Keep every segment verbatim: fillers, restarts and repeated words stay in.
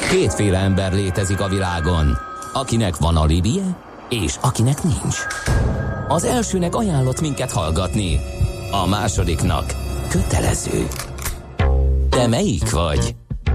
Kétféle ember létezik a világon, akinek van alibije, és akinek nincs. Az elsőnek ajánlott minket hallgatni, a másodiknak kötelező. Te melyik vagy?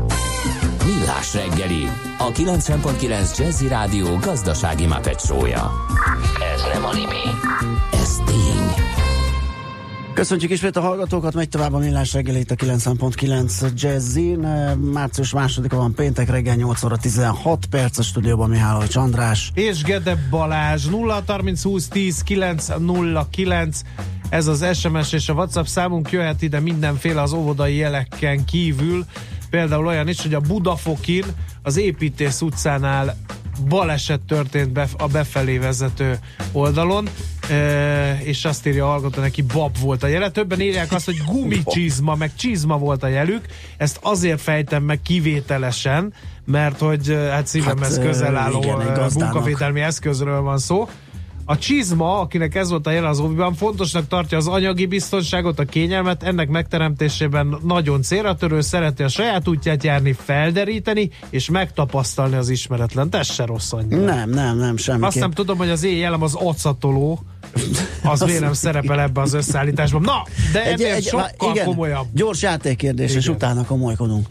Millás reggeli, a kilencven pont kilenc Jazzy Rádió gazdasági Muppet show-ja. Ez nem anime, ez tény. Köszöntjük ismét a hallgatókat, megy tovább a Millás reggeli itt a kilencven pont kilenc Jazzin. Március másodika van, péntek reggel nyolc óra tizenhat perc, a stúdióban Mihálovics András. És Gede Balázs. Nulla harminc húsz tíz kilenc nulla kilenc. Ez az es em es és a WhatsApp számunk, jöhet ide mindenféle az óvodai jeleken kívül. Például olyan is, hogy a Budafokin, az Építész utcánál baleset történt be, a befelé vezető oldalon, e, és azt írja a hallgató, neki bab volt a jele. Többen írják azt, hogy gumicsizma, meg csizma volt a jelük. Ezt azért fejtem meg kivételesen, mert hogy hát szívemhez hát, közel álló munkavételmi eszközről van szó. A csizma, akinek ez volt a jelen az óviban, fontosnak tartja az anyagi biztonságot, a kényelmet, ennek megteremtésében nagyon célra törő, szereti a saját útját járni, felderíteni, és megtapasztalni az ismeretlen. Ez se rossz annyira. Nem, nem, nem, semmi. Azt nem tudom, hogy az én jelem az acatoló, az vélem szerepel ebbe az összeállításban. Na, de egy, ennél egy, sokkal igen, komolyabb. Gyors játékkérdés, igen. És utána komolykodunk.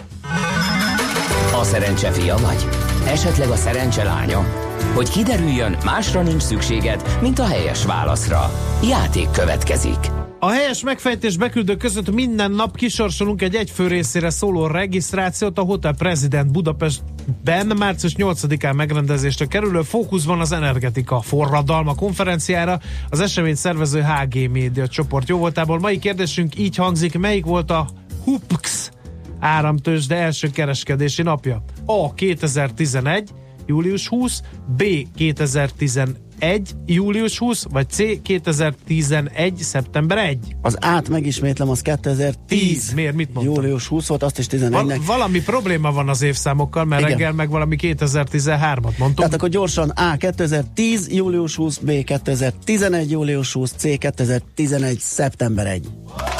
A szerencse fia vagy? Esetleg a szerencse lánya? Hogy kiderüljön, másra nincs szükséged, mint a helyes válaszra. Játék következik. A helyes megfejtés beküldők között minden nap kisorsolunk egy egyfő részére szóló regisztrációt a Hotel President Budapestben március nyolcadikán megrendezésre kerülő Fókuszban az energetika forradalma konferenciára az esemény szervező há gé Média csoport jóvoltából. Mai kérdésünk így hangzik: melyik volt a Hupx áramtőzsde első kereskedési napja? A. kétezer-tizenegy július huszadika, B. kétezer-tizenegy július huszadika, vagy C. kétezer-tizenegy szeptember elsején. Az át megismétlem, az kétezer-tíz. Miért? Mit mondtam? július huszadika volt, azt is tizenegynek. Val- valami probléma van az évszámokkal, mert igen, reggel meg valami kétezer-tizenhármat mondtunk. Tehát akkor gyorsan: A. kétezer-tíz július huszadika, B. kétezer-tizenegy július huszadika, C. kétezer-tizenegy szeptember elsején.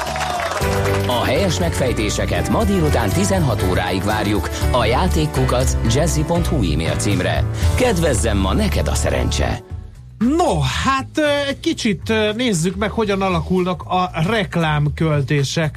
A helyes megfejtéseket ma délután tizenhat óráig várjuk a játékkukac jazzy pont hu e-mail címre. Kedvezzem ma neked a szerencse! No, hát egy kicsit nézzük meg, hogyan alakulnak a reklámköltések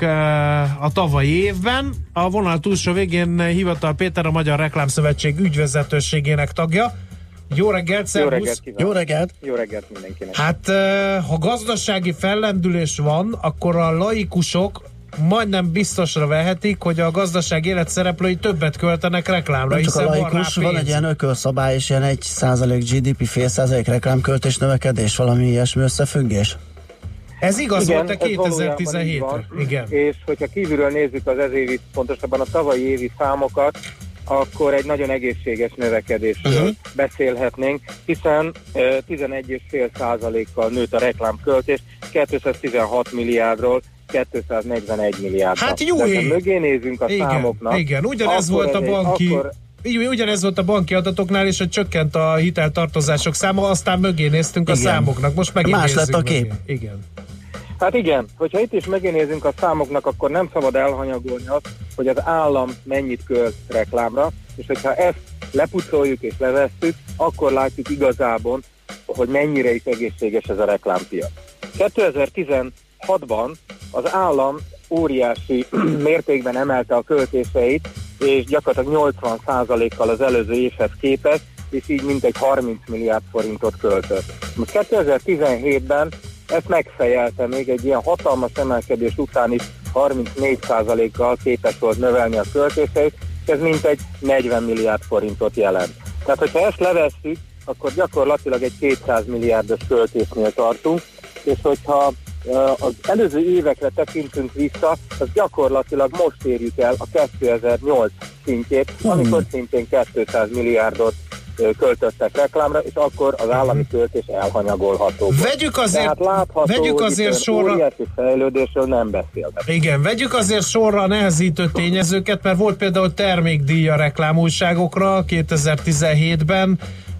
a tavalyi évben. A vonal túlsó végén Hivatal Péter, a Magyar Reklámszövetség ügyvezetőségének tagja. Jó reggelt, szervusz! Jó reggelt kívánok! Jó reggelt! Jó reggelt mindenkinek! Hát, ha gazdasági fellendülés van, akkor a laikusok majdnem biztosra vehetik, hogy a gazdaság életszereplői többet költenek reklámra. Nem csak a laikus, van, van egy ilyen ökölszabály, és ilyen egy százalék gé dé pé, fél százalék reklámköltés növekedés, valami ilyesmi összefüggés? Ez igaz igen, volt a kétezer-tizenhétre. Igen. És hogyha kívülről nézzük az ez évi, pontosabban a tavalyi évi számokat, akkor egy nagyon egészséges növekedésről uh-huh. beszélhetnénk, hiszen uh, tizenegy egész öt százalékkal nőtt a reklámköltés, kétszáztizenhat milliárdról kétszáznegyvenegy milliárdra. Hát jó ég! Mögé nézünk a igen, számoknak. Igen, ugyanez volt a banki... Akkor, Ugyanez volt a banki adatoknál is, hogy csökkent a hiteltartozások száma, aztán mögé néztünk igen. a számoknak. Most megint más lett a kép. Mögé. Igen. Hát igen, hogyha itt is megnézzünk a számoknak, akkor nem szabad elhanyagolni azt, hogy az állam mennyit költ reklámra, és hogyha ezt lepucoljuk és levesszük, akkor látjuk igazából, hogy mennyire is egészséges ez a reklámpiac. kétezer-tizenhatban az állam óriási mértékben emelte a költéseit, és gyakorlatilag nyolcvan százalékkal az előző évhez képest, és így mintegy harminc milliárd forintot költött. Most kétezer-tizenhétben ezt megfejelte, még egy ilyen hatalmas emelkedés után is harmincnégy százalékkal képes volt növelni a költéseit, és ez mintegy negyven milliárd forintot jelent. Tehát, hogyha ezt levesszük, akkor gyakorlatilag egy kétszáz milliárdos költésnél tartunk, és hogyha az előző évekre tekintünk vissza, az gyakorlatilag most érjük el a kétezer-nyolc szintjét, amikor szintén kétszáz milliárdot költöttek reklámra, és akkor az állami költés elhanyagolható. Vegyük azért, látható, vegyük azért sorra... óriási fejlődésről nem beszélnek. Igen, vegyük azért sorra a nehezítő tényezőket, mert volt például termékdíj a reklámújságokra kétezer-tizenhétben,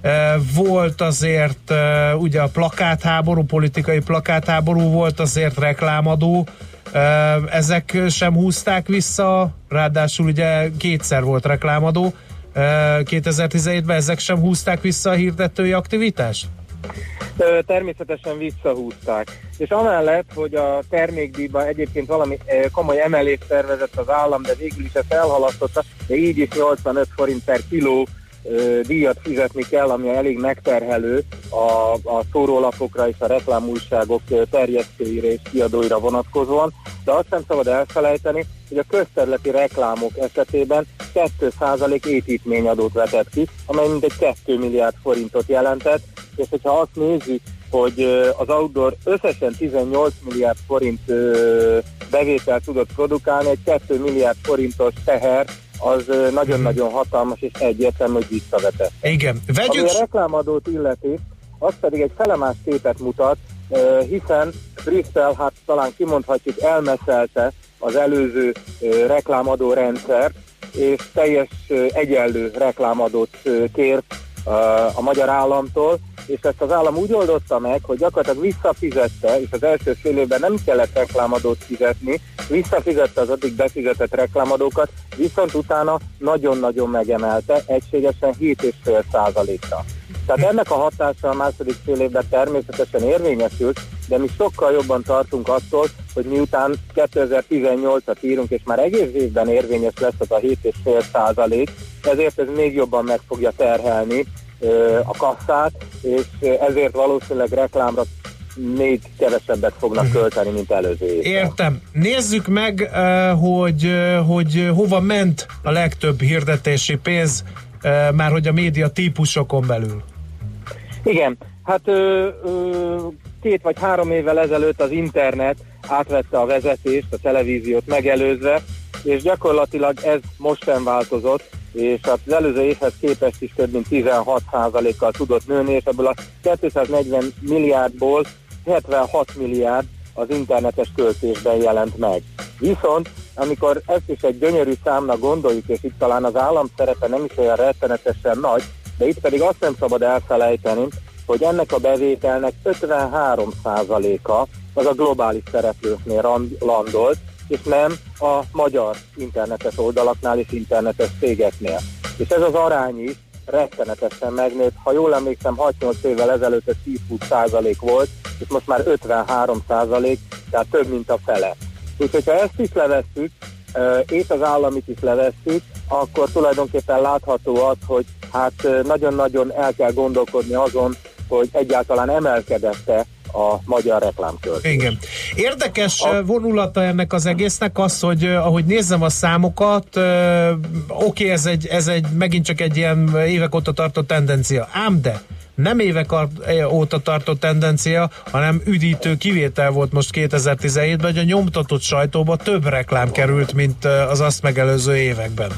volt azért ugye a plakátháború, politikai plakátháború, volt azért reklámadó, ezek sem húzták vissza, ráadásul ugye kétszer volt reklámadó, kétezer-tizenhétben, ezek sem húzták vissza a hirdetői aktivitást? Természetesen visszahúzták. És amellett, hogy a termékdíjban egyébként valami komoly emelést tervezett az állam, de végül is ezt elhalasztotta, de így is nyolcvanöt forint per kiló díjat fizetni kell, ami elég megterhelő a, a szórólapokra és a reklámújságok terjesztőire és kiadóira vonatkozóan, de azt sem szabad elfelejteni, hogy a közterületi reklámok esetében két százalék építményadót vetett ki, amely mintegy két milliárd forintot jelentett, és hogyha azt nézzük, hogy az outdoor összesen tizennyolc milliárd forint bevételt tudott produkálni, egy két milliárd forintos teher, az nagyon-nagyon hatalmas, és egyértelmű, hogy visszavetett. Igen. Vegyük... Ami a reklámadót illeti, az pedig egy felemás képet mutat, hiszen Brüsszel, hát talán kimondhatjuk, elmeszelte az előző reklámadó rendszert, és teljes egyenlő reklámadót kér a magyar államtól, és ezt az állam úgy oldotta meg, hogy gyakorlatilag visszafizette, és az első fél évben nem kellett reklámadót fizetni, visszafizette az addig befizetett reklámadókat, viszont utána nagyon-nagyon megemelte, egységesen hét egész öt százalékra. Tehát ennek a hatása a második fél évben természetesen érvényesült, de mi sokkal jobban tartunk attól, hogy miután kétezer-tizennyolcat írunk, és már egész évben érvényes lesz az a hét egész öt százalék, ezért ez még jobban meg fogja terhelni a kasszát, és ezért valószínűleg reklámra még kevesebbet fognak költeni, mint előző évben. Értem. Nézzük meg, hogy, hogy hova ment a legtöbb hirdetési pénz, már hogy a média típusokon belül. Igen, hát ö, ö, két vagy három évvel ezelőtt az internet átvette a vezetést, a televíziót megelőzve, és gyakorlatilag ez most sem változott, és az előző évhez képest is több mint tizenhat százalékkal tudott nőni, és ebből a kétszáznegyven milliárdból hetvenhat milliárd az internetes költésben jelent meg. Viszont, amikor ezt is egy gyönyörű számnak gondoljuk, és itt talán az állam szerepe nem is olyan rettenetesen nagy, de itt pedig azt nem szabad elfelejteni, hogy ennek a bevételnek ötvenhárom százaléka az a globális szereplőknél landolt, és nem a magyar internetes oldalaknál és internetes cégeknél. És ez az arány is rettenetesen megnőtt. Ha jól emlékszem, hat-nyolc évvel ezelőtt ez tíz-húsz százalék volt, és most már ötvenhárom százalék, tehát több, mint a fele. Úgyhogy ha ezt is levesszük, és az államit is levesszük, akkor tulajdonképpen látható az, hogy hát nagyon-nagyon el kell gondolkodni azon, hogy egyáltalán emelkedett-e a magyar reklámköltés. Igen. Érdekes a... vonulata ennek az egésznek az, hogy ahogy nézzem a számokat, oké, okay, ez egy, ez egy megint csak egy ilyen évek óta tartó tendencia, ám de nem évek óta tartó tendencia, hanem üdítő kivétel volt most kétezer-tizenhétben, hogy a nyomtatott sajtóba több reklám került, mint az azt megelőző években.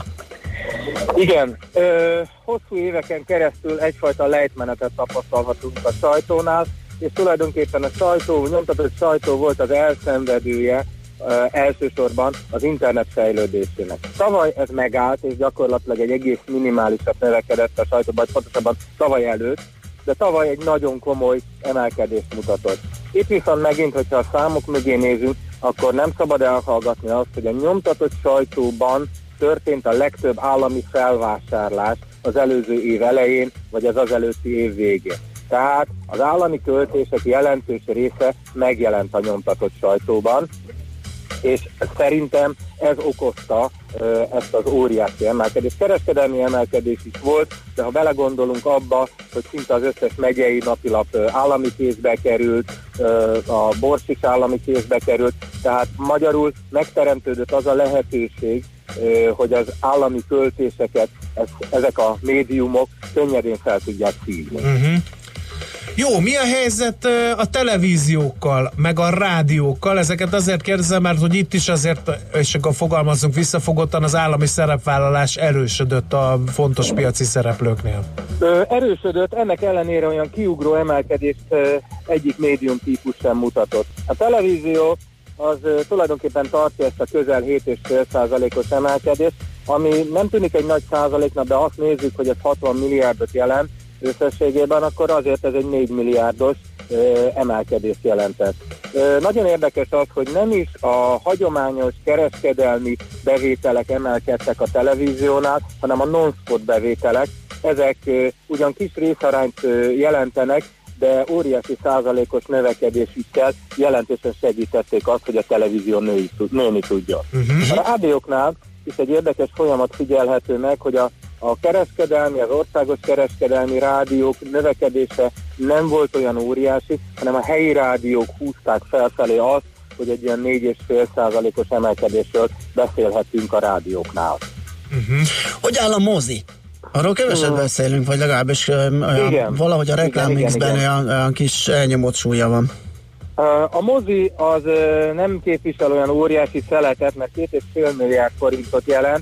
Igen, ö, hosszú éveken keresztül egyfajta lejtmenetet tapasztalhatunk a sajtónál, és tulajdonképpen a sajtó, a nyomtatott sajtó volt az elszenvedője ö, elsősorban az internet fejlődésének. Tavaly ez megállt, és gyakorlatilag egy egész minimálisat növekedett a sajtóban, vagy pontosabban tavaly előtt, de tavaly egy nagyon komoly emelkedést mutatott. Itt viszont megint, hogyha a számok mögé nézünk, akkor nem szabad elhallgatni azt, hogy a nyomtatott sajtóban történt a legtöbb állami felvásárlás az előző év elején, vagy az az előtti év végén. Tehát az állami költések jelentős része megjelent a nyomtatott sajtóban, és szerintem ez okozta ö, ezt az óriási emelkedést. Kereskedelmi emelkedés is volt, de ha belegondolunk abba, hogy szinte az összes megyei napilap ö, állami kézbe került, ö, a Bors is állami kézbe került, tehát magyarul megteremtődött az a lehetőség, ö, hogy az állami költéseket ez, ezek a médiumok könnyedén fel tudják szívni. Uh-huh. Jó, mi a helyzet a televíziókkal, meg a rádiókkal? Ezeket azért kérdezem, mert hogy itt is azért, és akkor fogalmazunk visszafogottan, az állami szerepvállalás erősödött a fontos piaci szereplőknél. Ö, erősödött, ennek ellenére olyan kiugró emelkedést ö, egyik médium típus sem mutatott. A televízió az ö, tulajdonképpen tartja ezt a közel hét egész öt százalékos emelkedést, ami nem tűnik egy nagy százaléknak, de azt nézzük, hogy ez hatvan milliárdot jelent összességében, akkor azért ez egy négy milliárdos emelkedést jelentett. Nagyon érdekes az, hogy nem is a hagyományos kereskedelmi bevételek emelkedtek a televíziónál, hanem a non-spot bevételek. Ezek ugyan kis részarányt jelentenek, de óriási százalékos növekedésükkel jelentősen segítették azt, hogy a televízió női, nőni tudjon. Uh-huh. A rádióknál is egy érdekes folyamat figyelhető meg, hogy a, a kereskedelmi, az országos kereskedelmi rádiók növekedése nem volt olyan óriási, hanem a helyi rádiók húzták felfelé azt, hogy egy ilyen négy egész öt százalékos emelkedésről beszélhetünk a rádióknál. Uh-huh. Hogy áll a mozi? Arról keveset beszélünk, vagy legalábbis olyan, valahogy a reklámmixben olyan, olyan kis elnyomott súlya van. A mozi az nem képvisel olyan óriási szeletet, mert két és fél milliárd forintot jelent,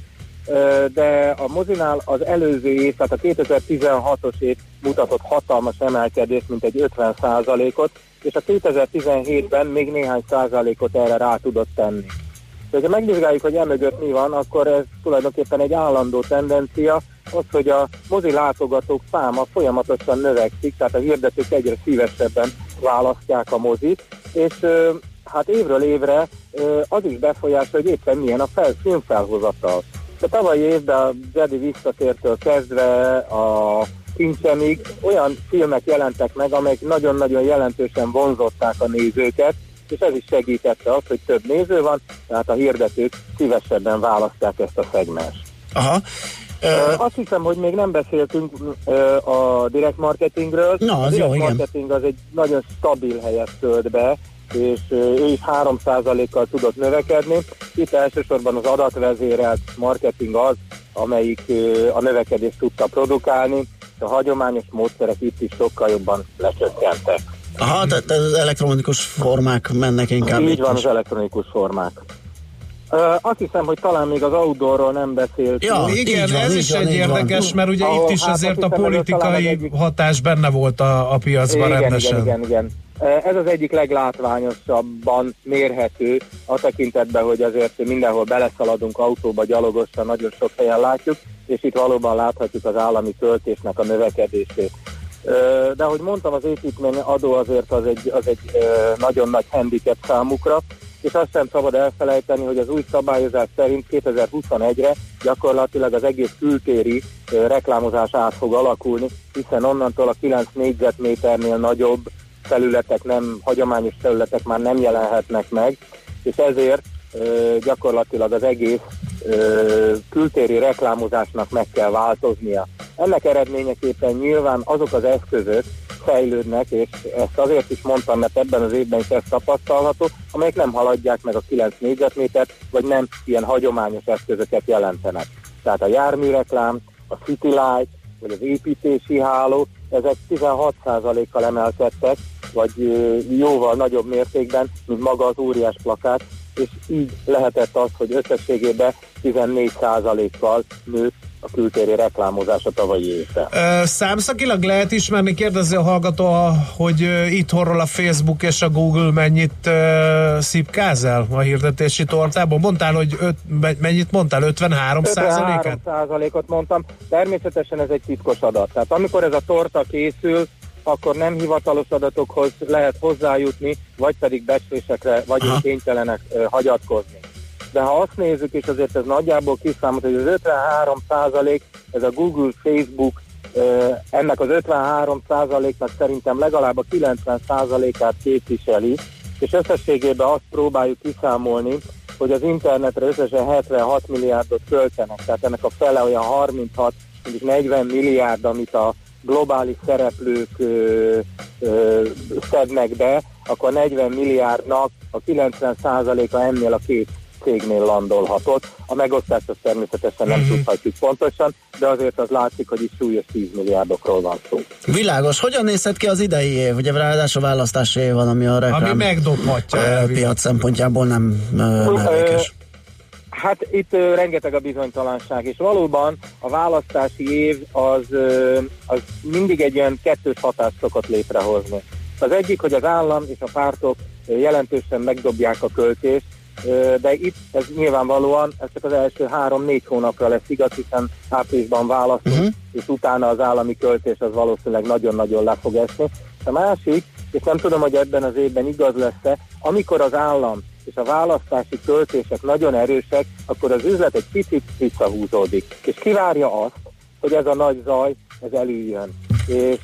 de a mozinál az előző év, tehát a kétezer-tizenhatos év mutatott hatalmas emelkedést, mint egy ötven százalékot, és a kétezer-tizenhétben még néhány százalékot erre rá tudott tenni. De ha megvizsgáljuk, hogy emögött mi van, akkor ez tulajdonképpen egy állandó tendencia, az, hogy a mozi látogatók száma folyamatosan növekszik, tehát a hirdetők egyre szívesebben választják a mozit, és hát évről évre az is befolyásolja, hogy éppen milyen a fel, filmfelhozatal. De tavalyi évben a Jedi visszatértől kezdve a Kincsemig olyan filmek jelentek meg, amelyek nagyon-nagyon jelentősen vonzották a nézőket, és ez is segítette azt, hogy több néző van, tehát a hirdetők szívesebben választják ezt a szegmens. Aha. Uh, azt hiszem, hogy még nem beszéltünk uh, a direct marketingről. Na, az a direct jó, marketing igen. Az egy nagyon stabil helyet tölt be, és uh, ő is három százalékkal tudott növekedni. Itt elsősorban az adatvezérelt marketing az, amelyik uh, a növekedést tudta produkálni. A hagyományos módszerek itt is sokkal jobban lecsökkentek. Aha, tehát az elektronikus formák mennek inkább. Így van, az elektronikus formák. Uh, azt hiszem, hogy talán még az outdoorról nem beszéltünk. Ja, igen, van, ez is van, egy érdekes, van. Mert ugye ahol, itt is hát azért a politikai egyik... hatás benne volt a, a piacban igen, rendesen. Igen, igen, igen. Ez az egyik leglátványosabban mérhető a tekintetben, hogy azért mindenhol beleszaladunk autóba, gyalogosan, nagyon sok helyen látjuk, és itt valóban láthatjuk az állami költésnek a növekedését. De ahogy mondtam, az építmény adó azért az egy, az egy nagyon nagy handicap számukra, és azt sem szabad elfelejteni, hogy az új szabályozás szerint kétezer-huszonegyre gyakorlatilag az egész kültéri reklámozás át fog alakulni, hiszen onnantól a kilenc négyzetméternél nagyobb felületek, nem hagyományos felületek már nem jelenhetnek meg, és ezért gyakorlatilag az egész kültéri reklámozásnak meg kell változnia. Ennek eredményeképpen nyilván azok az eszközök fejlődnek, és ezt azért is mondtam, mert ebben az évben is ez tapasztalható, amelyek nem haladják meg a kilenc négyzetmétert, vagy nem ilyen hagyományos eszközöket jelentenek. Tehát a járműreklám, a City Light, vagy az építési háló, ezek tizenhat százalékkal emelkedtek, vagy jóval nagyobb mértékben, mint maga az óriás plakát, és így lehetett az, hogy összességében tizennégy százalékkal nőtt a kültéri reklámozás a tavalyi évben. Számszakilag lehet ismerni, kérdezi a hallgató, hogy itthonról a Facebook és a Google mennyit uh, szipkázel a hirdetési tortában? Mondtál, hogy öt, mennyit mondtál? ötvenhárom százalékot? ötvenhárom százalékot mondtam. Természetesen ez egy titkos adat. Tehát amikor ez a torta készül, akkor nem hivatalos adatokhoz lehet hozzájutni, vagy pedig becslésekre vagyunk kénytelenek uh, hagyatkozni. De ha azt nézzük, és azért ez nagyjából kiszámolt, hogy az ötvenhárom százalék, ez a Google, Facebook, ennek az ötvenhárom százaléknak szerintem legalább a kilencven százalékát képviseli, és összességében azt próbáljuk kiszámolni, hogy az internetre összesen hetvenhat milliárdot költenek, tehát ennek a fele olyan harminchat, mondjuk negyven milliárd, amit a globális szereplők ö, ö, szednek be, akkor negyven milliárdnak a kilencven százaléka ennél a két cégnél landolhatott. A megosztást azt természetesen nem mm-hmm. tudhatjuk pontosan, de azért az látszik, hogy is súlyos tíz milliárdokról van szó. Világos. Hogyan nézhet ki az idei év? Ugye ráadásul választási év van, ami a reklám ami megdobhatja a piac szempontjából nem mellékes. Hát itt ö, rengeteg a bizonytalanság, és valóban a választási év az, ö, az mindig egy olyan kettős hatást szokott létrehozni. Az egyik, hogy az állam és a pártok jelentősen megdobják a költést, de itt ez nyilvánvalóan ez csak az első három-négy hónapra lesz igaz, hiszen áprilisban választunk, uh-huh. és utána az állami költés az valószínűleg nagyon-nagyon le fog esni. A másik, és nem tudom, hogy ebben az évben igaz lesz-e, amikor az állam és a választási költések nagyon erősek, akkor az üzlet egy picit visszahúzódik, és kivárja azt, hogy ez a nagy zaj, ez elüljön. És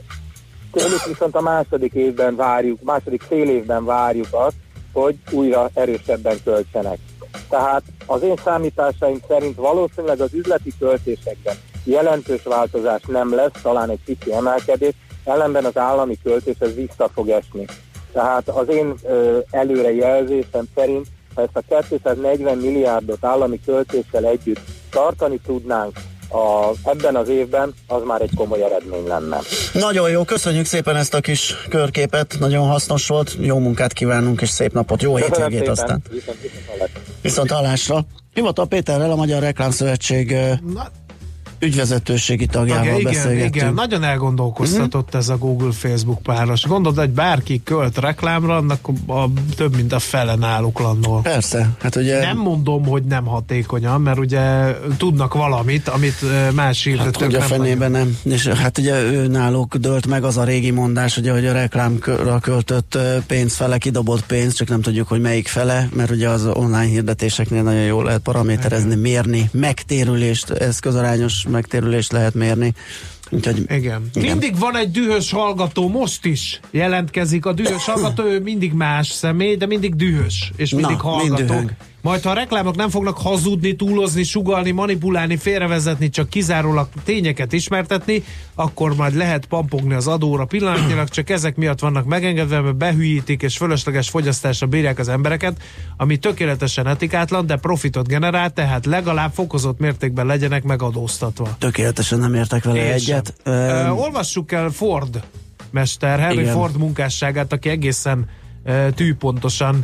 tőlük viszont a második évben várjuk, második fél évben várjuk azt, hogy újra erősebben költsenek. Tehát az én számításaim szerint valószínűleg az üzleti költésekben jelentős változás nem lesz, talán egy pici emelkedés, ellenben az állami költés ez vissza fog esni. Tehát az én ö, előrejelzésem szerint, ha ezt a kétszáznegyven milliárdot állami költéssel együtt tartani tudnánk a, ebben az évben, az már egy komoly eredmény lenne. Nagyon jó, köszönjük szépen ezt a kis körképet, nagyon hasznos volt, jó munkát kívánunk, és szép napot, jó hétvégét aztán. Viszont, viszont, viszont hallásra. Hivatal Péterrel, a Magyar Reklámszövetség Na. ügyvezetőségi tagjával okay, igen, beszélgettünk. Igen, nagyon elgondolkoztatott uh-huh. ez a Google-Facebook páros. Gondolod, hogy bárki költ reklámra, annak a, több mint a fele náluk landol. Persze. Hát ugye... Nem mondom, hogy nem hatékonyan, mert ugye tudnak valamit, amit más hirdetők hát, nem. Hát fenében nem. És hát ugye ő náluk dölt meg az a régi mondás, ugye, hogy a reklámra költött pénz fele kidobott pénz, csak nem tudjuk, hogy melyik fele, mert ugye az online hirdetéseknél nagyon jól lehet paraméterezni, mérni, megtérülést, eszközarányos megtérülést lehet mérni. Úgyhogy, igen. igen. Mindig van egy dühös hallgató, most is jelentkezik a dühös hallgató, ő mindig más személy, de mindig dühös, és mindig Na, hallgató. Mind Majd ha a reklámok nem fognak hazudni, túlozni, sugallni, manipulálni, félrevezetni, csak kizárólag tényeket ismertetni, akkor majd lehet pampogni az adóra. Pillanatnyilag csak ezek miatt vannak megengedve, mert behűítik és fölösleges fogyasztásra bírják az embereket, ami tökéletesen etikátlan, de profitot generál, tehát legalább fokozott mértékben legyenek megadóztatva. Tökéletesen nem értek vele Én egyet. Um... Uh, olvassuk el Ford mester, Henry Igen. Ford munkásságát, aki egészen uh, tűpontosan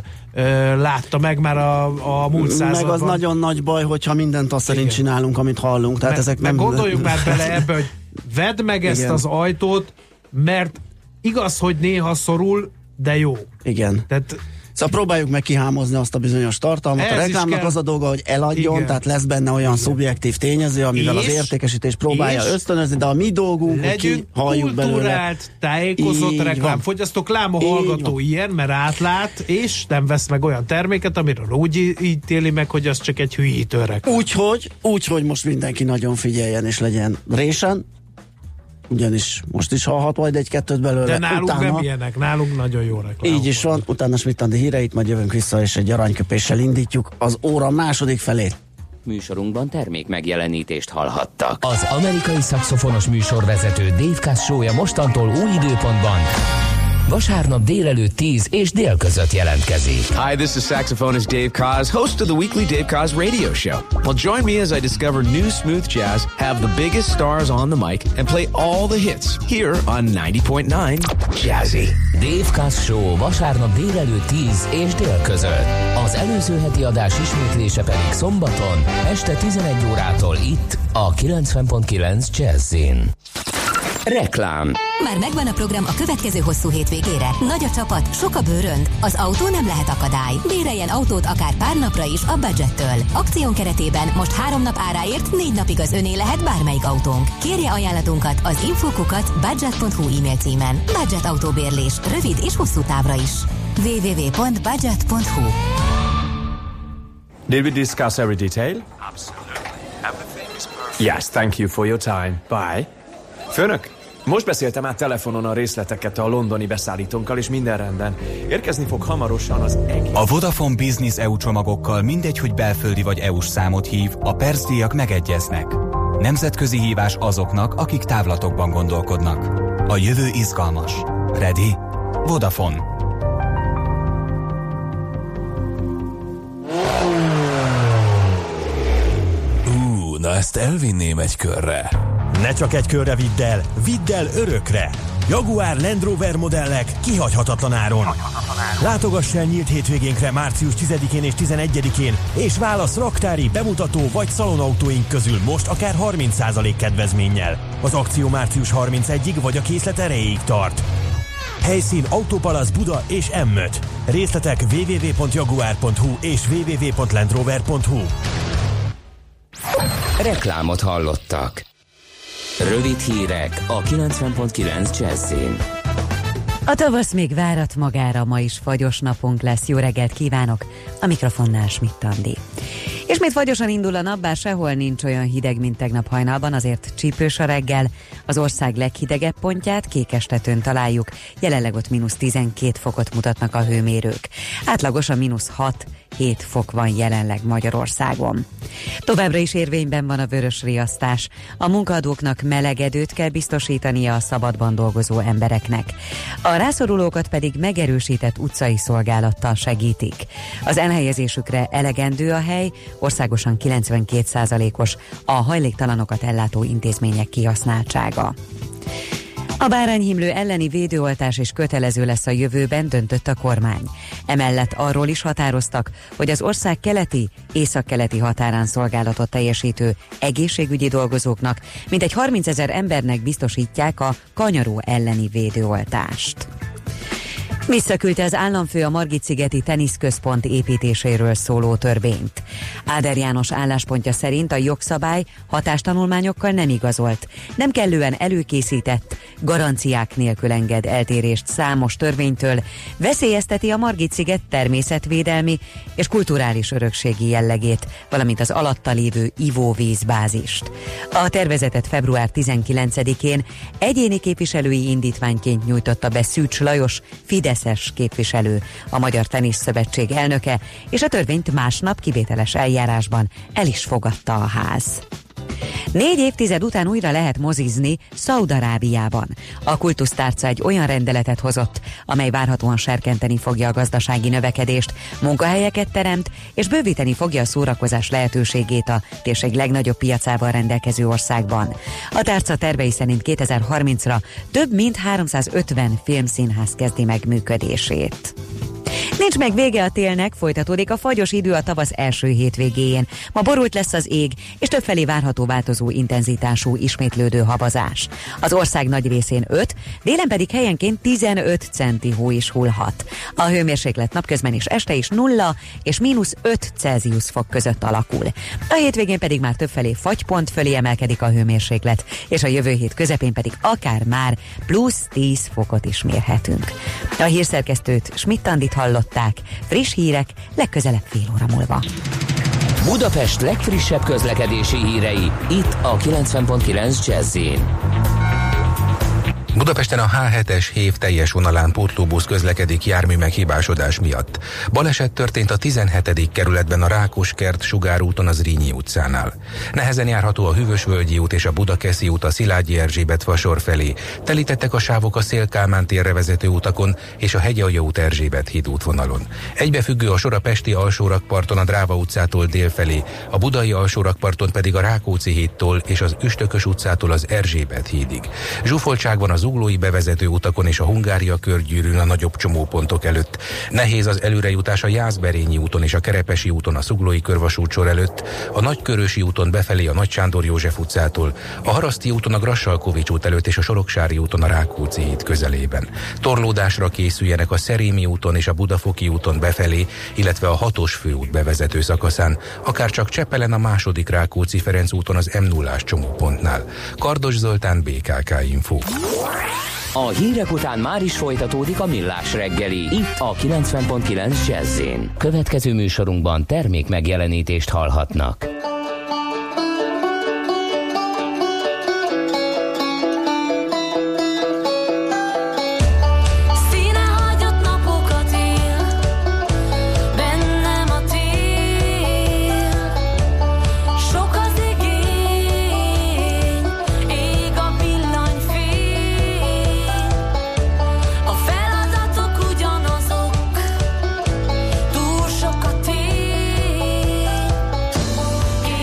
látta meg már a, a múlt században. Meg az nagyon nagy baj, hogyha mindent azt szerint csinálunk, amit hallunk. Tehát meg, ezek meg nem... gondoljuk már bele ebbe, hogy vedd meg ezt Igen. az ajtót, mert igaz, hogy néha szorul, de jó. Igen. Tehát Szóval próbáljuk meg kihámozni azt a bizonyos tartalmat. A reklámnak az a dolga, hogy eladjon, Igen. tehát lesz benne olyan Igen. szubjektív tényező, amivel és, az értékesítés próbálja ösztönözni, de a mi dolgunk, hogy kihalljuk belőle. Kultúrált, tájékozott reklámfogyasztók, lám a hallgató ilyen, mert átlát, és nem vesz meg olyan terméket, amiről úgy ítéli meg, hogy az csak egy hülyítő reklám. Úgyhogy, úgyhogy most mindenki nagyon figyeljen, és legyen résen. Ugyanis most is hallhat majd egy-kettőt belőle. De nálunk utána, nem ilyenek, nálunk nagyon jó reklám. Így is van, utána Schmidt-Andi híreit, majd jövünk vissza, és egy aranyköpéssel indítjuk az óra második felét. Műsorunkban termék megjelenítést hallhattak. Az amerikai szaxofonos műsorvezető Dave Cass show-ja mostantól új időpontban vasárnap délelőtt tíz és dél között jelentkezik. Hi, this is saxophonist Dave Koz, host of the weekly Dave Koz radio show. Well, join me as I discover new smooth jazz, have the biggest stars on the mic, and play all the hits here on ninety point nine Jazzy. Dave Koz show vasárnap délelőtt tíz és dél között. Az előző heti adás ismétlése pedig szombaton este tizenegy órától itt a kilencven pont kilenc Jazzin. Reklám. Már megvan a program a következő hosszú hétvégére. Nagy a csapat, sok a bőrönd. Az autó nem lehet akadály. Béreljen autót akár pár napra is a Budgettől. Akción keretében most három nap áráért négy napig az öné lehet bármelyik autónk. Kérje ajánlatunkat az infokukat budget pont hu e-mail címen. Budget autóbérlés, rövid és hosszú távra is. double-u double-u double-u pont budget pont hu. Did we discuss every detail? Absolutely. Everything is perfect. Yes, thank you for your time. Bye. Főnök? Most beszéltem át telefonon a részleteket a londoni beszállítónkkal, és minden rendben. Érkezni fog hamarosan az egész... A Vodafone Business é u csomagokkal mindegy, hogy belföldi vagy é u-s számot hív, a percdíjak megegyeznek. Nemzetközi hívás azoknak, akik távlatokban gondolkodnak. A jövő izgalmas. Ready? Vodafone. Ú, na ezt elvinném egy körre. Ne csak egy körre vidd el, vidd el örökre! Jaguar Land Rover modellek kihagyhatatlan áron. Látogass el nyílt hétvégénkre március tizedikén és tizenegyedikén, és válasz raktári, bemutató vagy szalonautóink közül most akár harminc százalék kedvezménnyel. Az akció március harmincegyedikéig vagy a készlet erejéig tart. Helyszín Autopalasz Buda és M öt. Részletek double-u double-u double-u pont jaguar pont hu és double-u double-u double-u pont land rover pont hu. Reklámot hallottak. Rövid hírek a kilencven pont kilenc Jazzin. A tavasz még várat magára, ma is fagyos napunk lesz. Jó reggelt kívánok, a mikrofonnál Schmidt Andi. Ismét fagyosan indul a nap, bár sehol nincs olyan hideg, mint tegnap hajnalban, azért csípős a reggel. Az ország leghidegebb pontját Kékestetőn találjuk, jelenleg ott mínusz tizenkét fokot mutatnak a hőmérők. Átlagosan mínusz hat-hét fok van jelenleg Magyarországon. Továbbra is érvényben van a vörös riasztás. A munkaadóknak melegedőt kell biztosítania a szabadban dolgozó embereknek. A rászorulókat pedig megerősített utcai szolgálattal segítik. Az elhelyezésükre elegendő a hely, országosan kilencvenkét százalékos a hajléktalanokat ellátó intézmények kihasználtsága. A bárányhimlő elleni védőoltás is kötelező lesz a jövőben, döntött a kormány. Emellett arról is határoztak, hogy az ország keleti, északkeleti határán szolgálatot teljesítő egészségügyi dolgozóknak mintegy harmincezer embernek biztosítják a kanyaró elleni védőoltást. Visszaküldte az államfő a Margit-szigeti teniszközpont építéséről szóló törvényt. Áder János álláspontja szerint a jogszabály hatástanulmányokkal nem igazolt, nem kellően előkészített, garanciák nélkül enged eltérést számos törvénytől, veszélyezteti a Margit-sziget természetvédelmi és kulturális örökségi jellegét, valamint az alatta lévő ivóvízbázist. A tervezetet február tizenkilencedikén egyéni képviselői indítványként nyújtotta be Szűcs Lajos, Fideszes képviselő, a Magyar Teniszszövetség elnöke, és a törvényt másnap kivételes eljárásban el is fogadta a ház. Négy évtized után újra lehet mozizni Szaúd-Arábiában. A kultusztárca egy olyan rendeletet hozott, amely várhatóan serkenteni fogja a gazdasági növekedést, munkahelyeket teremt, és bővíteni fogja a szórakozás lehetőségét a térség legnagyobb piacával rendelkező országban. A tárca tervei szerint kétezer-harmincra több mint háromszázötven filmszínház kezdi meg működését. Nincs meg vége a télnek, folytatódik a fagyos idő a tavasz első hétvégéjén. Ma borult lesz az ég, és többfelé várható változó intenzitású ismétlődő havazás. Az ország nagy részén öt, délen pedig helyenként tizenöt centi hó is hullhat. A hőmérséklet napközben is este is nulla és mínusz öt Celsius fok között alakul. A hétvégén pedig már többfelé fagypont fölé emelkedik a hőmérséklet, és a jövő hét közepén pedig akár már plusz tíz fokot is mérhetünk. A hírszerkesztőt, Schmidt Andit hallották. Friss hírek legközelebb fél óra múlva. Budapest legfrissebb közlekedési hírei, itt a kilencven pont kilenc Jazz-in. Budapesten a há hetes hév teljes vonalán pótlóbusz közlekedik jármű meghibásodás miatt. Baleset történt a tizenhetedik kerületben a Rákoskert Sugár úton az Zrínyi utcánál. Nehezen járható a Hűvösvölgyi út és a Budakeszi út a Szilágyi Erzsébet fasor felé. Telítettek a sávok a Széll-Kálmán térre vezető utakon és a Hegyalja út Erzsébet híd útvonalon. Egybefüggő a sor a pesti alsórakparton a Dráva utcától dél felé, a budai alsórakparton pedig a Rákóczi hídtól és az Üstökös utcától az Erzsébet hídig. Zsúfoltság van az zuglói bevezető utakon és a Hungária körgyűrűn a nagyobb csomópontok előtt. Nehéz az előrejutás a Jászberényi úton és a Kerepesi úton a Zuglói körvasútsor előtt, a Nagykörösi úton befelé a Nagy Sándor József utcától, a Haraszti úton a Grassalkovics út előtt és a Soroksári úton a Rákóczi híd közelében. Torlódásra készüljenek a Szerémi úton és a Budafoki úton befelé, illetve a hatos főút bevezető szakaszán, akár csak Csepelen a második Rákóczi-Ferenc úton az em nullás csomópontnál. Kardos Zoltán, bé ká ká Info. A hírek után már is folytatódik a Millás reggeli, itt a kilencven pont kilenc Jazz-én. Következő műsorunkban termék megjelenítést hallhatnak. Túl sok a tény,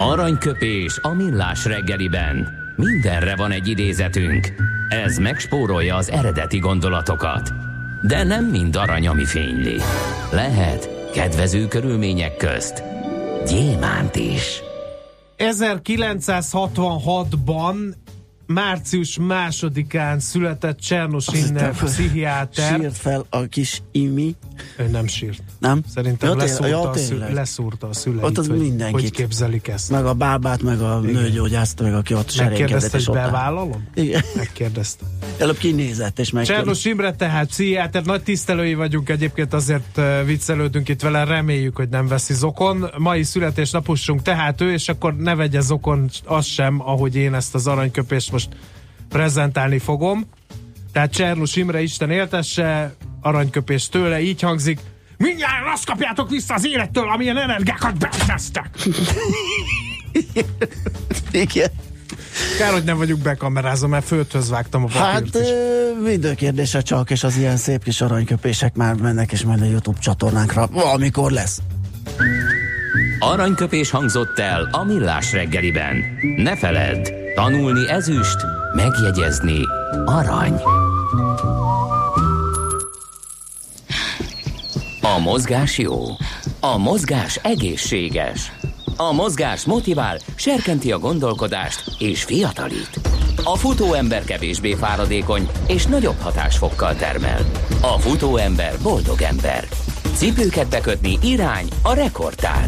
Aranyköpés a millás reggeliben. Mindenre van egy idézetünk. Ez megspórolja az eredeti gondolatokat. De nem mind arany, ami fényli. Lehet kedvező körülmények közt gyémánt is. ezerkilencszázhatvanhatban március másodikán született Czernos Imre pszichiáter. Sírt fel a kis Imi. Ő nem sírt. Nem? Szerintem ja, leszúrta, ja, a szü- leszúrta a szüleit, ott az hogy, mindenkit. hogy képzelik ezt. Meg a bábát, meg a nőgyógyászt, meg aki ott serénykedett. Megkérdezte, és hogy ott bevállalom? Igen. Megkérdezte. Előbb kinézett, és megkérdezte. Czernos Imre tehát pszichiáter, nagy tisztelői vagyunk egyébként, azért uh, viccelődünk itt vele, reméljük, hogy nem veszi zokon. Mai születésnaposunk tehát ő, és akkor ne vegye zokon az sem, ahogy én ezt az aranyköpést most prezentálni fogom. Tehát Czernos Imre, Isten éltesse, aranyköpés tőle, így hangzik: mindjárt azt kapjátok vissza az élettől, amilyen energiákat betesztek. Igen. Kár, hogy nem vagyunk bekamerázva, mert földhöz vágtam a papírt Hát is. időkérdése csak, és az ilyen szép kis aranyköpések már mennek, és majd a YouTube csatornánkra valamikor lesz. Aranyköpés hangzott el a millás reggeliben. Ne feledd, tanulni ezüst, megjegyezni arany. A mozgás jó. A mozgás egészséges. A mozgás motivál, serkenti a gondolkodást és fiatalít. A futóember kevésbé fáradékony és nagyobb hatásfokkal termel. A futóember boldog ember. Cipőket bekötni irány a rekordtán.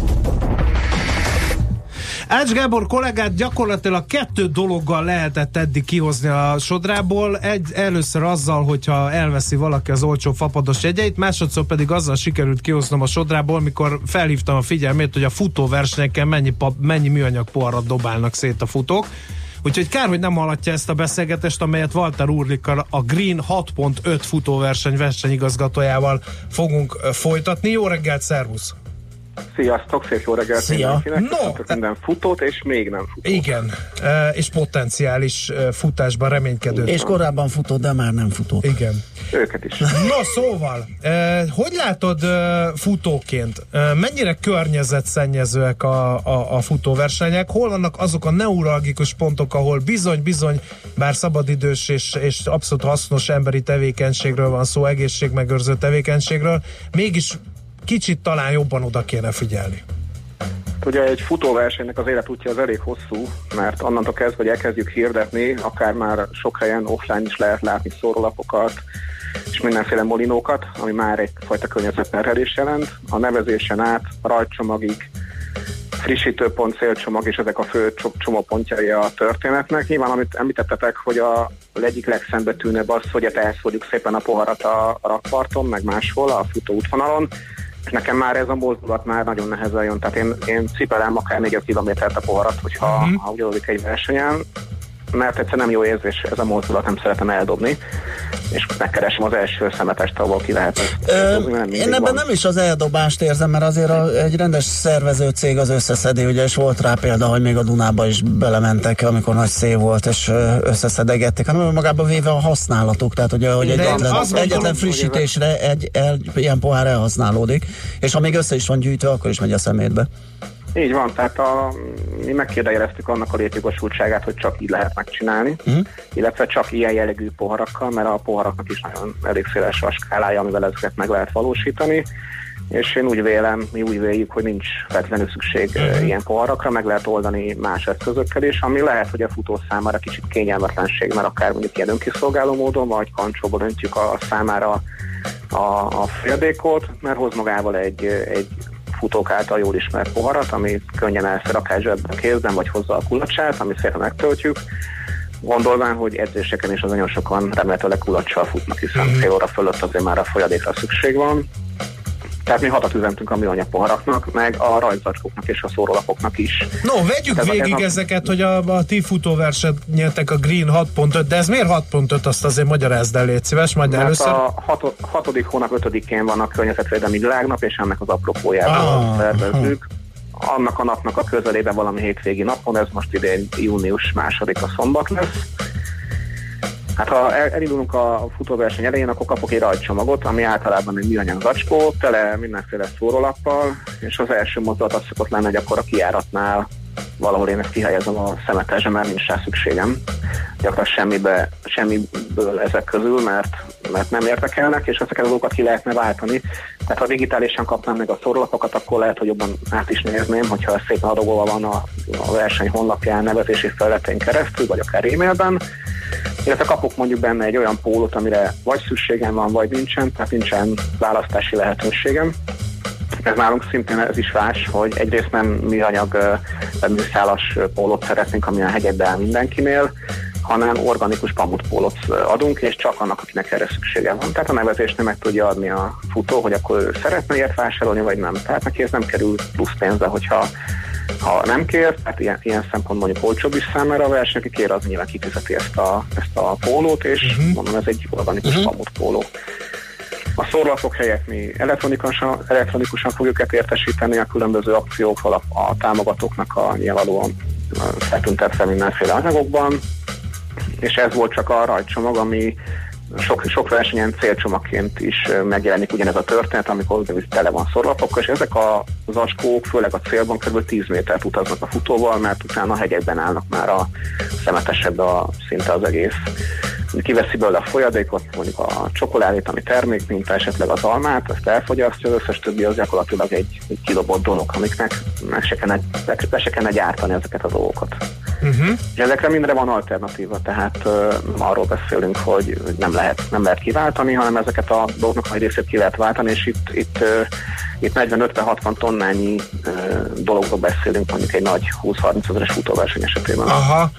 Ács Gábor kollégát gyakorlatilag kettő dologgal lehetett eddig kihozni a sodrából. Egy, először azzal, hogyha elveszi valaki az olcsó fapados jegyeit, másodszor pedig azzal sikerült kihoznom a sodrából, mikor felhívtam a figyelmét, hogy a futóversenyeken mennyi, pap, mennyi műanyag poharat dobálnak szét a futók. Úgyhogy kár, hogy nem hallatja ezt a beszélgetést, amelyet Walter Urlikkal, a Green hat pont öt futóverseny versenyigazgatójával fogunk folytatni. Jó reggelt, szervusz! Sziasztok, szép jó reggelt Szia. mindenkinek. No. Minden futót, és még nem futót. Igen, és potenciális futásban reménykedő. És korábban futott, de már nem futott. Igen. Őket is. No, szóval, hogy látod futóként, mennyire környezetszennyezőek a, a, a futóversenyek? Hol vannak azok a neuralgikus pontok, ahol bizony-bizony, bár szabadidős és, és abszolút hasznos emberi tevékenységről van szó, egészségmegőrző tevékenységről, mégis kicsit talán jobban oda kéne figyelni. Ugye egy futóversenynek az életútja az elég hosszú, mert onnantól kezdve, hogy elkezdjük hirdetni, akár már sok helyen offline is lehet látni szórólapokat és mindenféle molinókat, ami már egyfajta környezetterhelés jelent. A nevezésen át, a rajtcsomagig, frissítőpont, célcsomag, és ezek a fő csomópontjai a történetnek. Nyilván, amit említettetek, hogy a egyik legszembetűnőbb az, hogy elszórjuk szépen a poharat a rakparton, meg máshol, a futó útvonalon, és nekem már ez a mozdulat már nagyon nehezen jön, tehát én, én cipelem akár négy kilométert a poharat, hogyha uh-huh. ha úgy adódik egy versenyen, mert egyszer nem jó érzés ez a mozdulat, nem szeretem eldobni, és megkeresem az első szemetest, ahol ki lehet ezt eldobni, nem Én ebben van. nem is az eldobást érzem, mert azért a, egy rendes szervező cég az összeszedi, ugye, és volt rá példa, hogy még a Dunába is belementek, amikor nagy szél volt, és összeszedegették, hanem magában véve a használatuk, tehát ugye, hogy egyetlen, egyetlen frissítésre egy, egy ilyen pohár elhasználódik, és ha még össze is van gyűjtve, akkor is megy a szemétbe. Így van, tehát a, mi megkérdőjeleztük annak a létjogosultságát, hogy csak így lehet megcsinálni, uh-huh. illetve csak ilyen jellegű poharakkal, mert a poharaknak is nagyon elég széles a skálája, amivel ezeket meg lehet valósítani, és én úgy vélem, mi úgy véljük, hogy nincs feltétlenül szükség uh-huh. ilyen poharakra, meg lehet oldani más eszközökkel is, ami lehet, hogy a futó számára kicsit kényelmetlenség, mert akár mondjuk ilyen önkiszolgáló módon, vagy kancsóból öntjük a számára a, a folyadékot, mert hoz magával egy, egy futók által jól ismert poharat, ami könnyen elfér akár zsebben, kézben, vagy hozza a kulacsát, ami szépen megtöltjük, gondolván, hogy edzéseken is az nagyon sokan remélhetőleg kulacsal futnak, hiszen mm-hmm. fél óra fölött azért már a folyadékra szükség van. Tehát mi hatat üzentünk a műanyag poharaknak, meg a rajtzacskóknak és a szórólapoknak is. No, vegyük ez végig a, ez ezeket, hogy a, a ti futóversenyek a Green hat pont öt, de ez miért hat pont öt, azt azért magyarázd el, légy szíves, majd mert először. a hat, hatodik hónap ötödikén van a környezetvédelmi világnap, és ennek az apropójában ah, szervezzük. Annak a napnak a közelében valami hétvégi napon, ez most idén június másodika szombat lesz. Hát ha elindulunk a futóverseny elején, akkor kapok egy rajtcsomagot, ami általában egy műanyag zacskó, tele mindenféle szórólappal, és az első mozdulat az szokott lenni, hogy akkor a kijáratnál valahol én ezt kihelyezem a szemetesre, mert nincs rá szükségem. Gyakorlatilag semmibe, semmiből ezek közül, mert, mert nem érdekelnek, és ezeket az dolgokat ki lehetne váltani. Tehát ha digitálisan kapnám meg a szórlapokat, akkor lehet, hogy jobban át is nézném, hogyha ez szépen adagolva van a, a verseny honlapján, nevezési felületén keresztül, vagy akár e-mailben. Illetve kapok mondjuk benne egy olyan pólót, amire vagy szükségem van, vagy nincsen, tehát nincsen választási lehetőségem. Ez nálunk szintén ez is más, hogy egyrészt nem műanyag, műszálas pólót szeretnénk, ami a hegyekbe áll mindenkinél, hanem organikus pamutpólót adunk, és csak annak, akinek erre szüksége van. Tehát a nevezésnél meg tudja adni a futó, hogy akkor ő szeretne ilyet vásárolni, vagy nem. Tehát neki ez nem kerül plusz pénzbe, hogyha ha nem kér, tehát ilyen, ilyen szempont mondjuk olcsóbb is számára a verseny, aki kér, az nyilván kifizeti ezt a, ezt a pólót, és uh-huh. mondom, ez egy organikus uh-huh. pamutpóló. A szórlapok helyett mi elektronikusan, elektronikusan fogjuk értesíteni a különböző akciókkal a, a támogatóknak a nyilvánvalóan feltüntetve mindenféle anyagokban, és ez volt csak a rajtcsomag, ami sok, sok versenyen célcsomagként is megjelenik ugyanez a történet, amikor tele van szórlapokkal, és ezek a zacskók, főleg a célban kb. tíz métert utaznak a futóval, mert utána a hegyekben állnak már a szemetesebb a, szinte az egész. Kiveszi belőle a folyadékot, mondjuk a csokoládét, ami termék, mint esetleg az almát, ezt elfogyasztja, az összes többi az gyakorlatilag egy, egy kidobott dolog, amiknek meg se kellene, be se kellene gyártani ezeket a dolgokat. Uh-huh. És ezekre mindre van alternatíva, tehát uh, arról beszélünk, hogy nem lehet, nem lehet kiváltani, hanem ezeket a dolgoknak nagy részét ki lehet váltani, és itt, itt, uh, itt negyven-ötven-hatvan tonnányi uh, dologról beszélünk, mondjuk egy nagy húsz-harminc ezeres futóverseny esetében. Aha.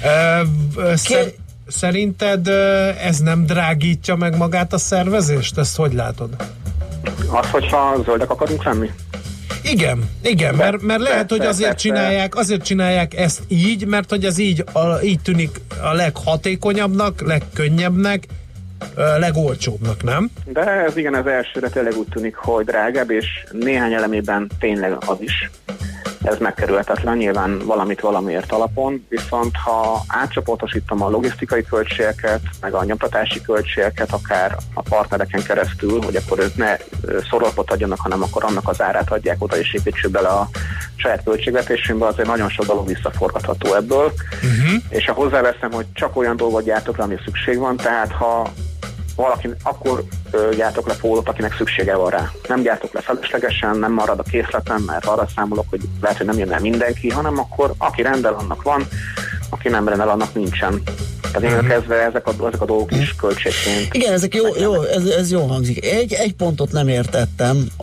Uh, szer- szerinted uh, ez nem drágítja meg magát a szervezést? Ezt hogy látod? Az, hogyha zöldek akarunk lenni? Igen, igen, mert, mert lehet, hogy azért csinálják, azért csinálják ezt így, mert hogy ez így, a, így tűnik a leghatékonyabbnak, legkönnyebbnek, legolcsóbbnak, nem? De ez igen, az elsőre tényleg úgy tűnik, hogy drágább, és néhány elemében tényleg az is. Ez megkerülhetetlen, nyilván valamit valamiért alapon, viszont ha átcsoportosítom a logisztikai költségeket, meg a nyomtatási költségeket, akár a partnereken keresztül, hogy akkor ők ne szorolapot adjanak, hanem akkor annak az árát adják oda, és építsük bele a saját költségvetésünkbe, azért nagyon sok dolog visszaforgatható ebből. Uh-huh. És ha hozzáveszem, hogy csak olyan dolgot gyártok, ami szükség van, tehát ha valaki, akkor ö, gyártok le pólót, akinek szüksége van rá. Nem gyártok le feleslegesen, nem marad a készletem, mert arra számolok, hogy lehet, hogy nem jön el mindenki, hanem akkor aki rendel, annak van, aki nem rendel, annak nincsen. Tehát én kezdve ezek a, ezek a dolgok is költségként. Igen, ezek jó, jó ez, ez jó hangzik. Egy, egy pontot nem értettem, a,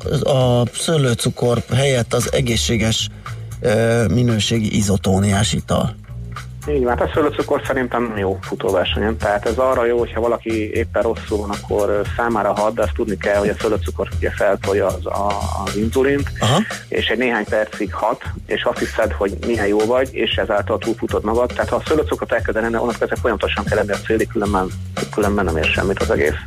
a szőlőcukor helyett az egészséges ö, minőségi izotóniás ital. Így van, a szőlőcukor szerintem nem jó futóversenyen, tehát ez arra jó, hogyha valaki éppen rosszul van, akkor számára hat, de azt tudni kell, hogy a szőlőcukor ugye feltolja az, a, az inzulint, aha, és egy néhány percig hat, és azt hiszed, hogy milyen jó vagy, és ezáltal túlfutod magad, tehát ha a szőlőcukrot elkezded ennél, onnan kezdve folyamatosan kell lenni a célig, különben, különben nem ér semmit az egész.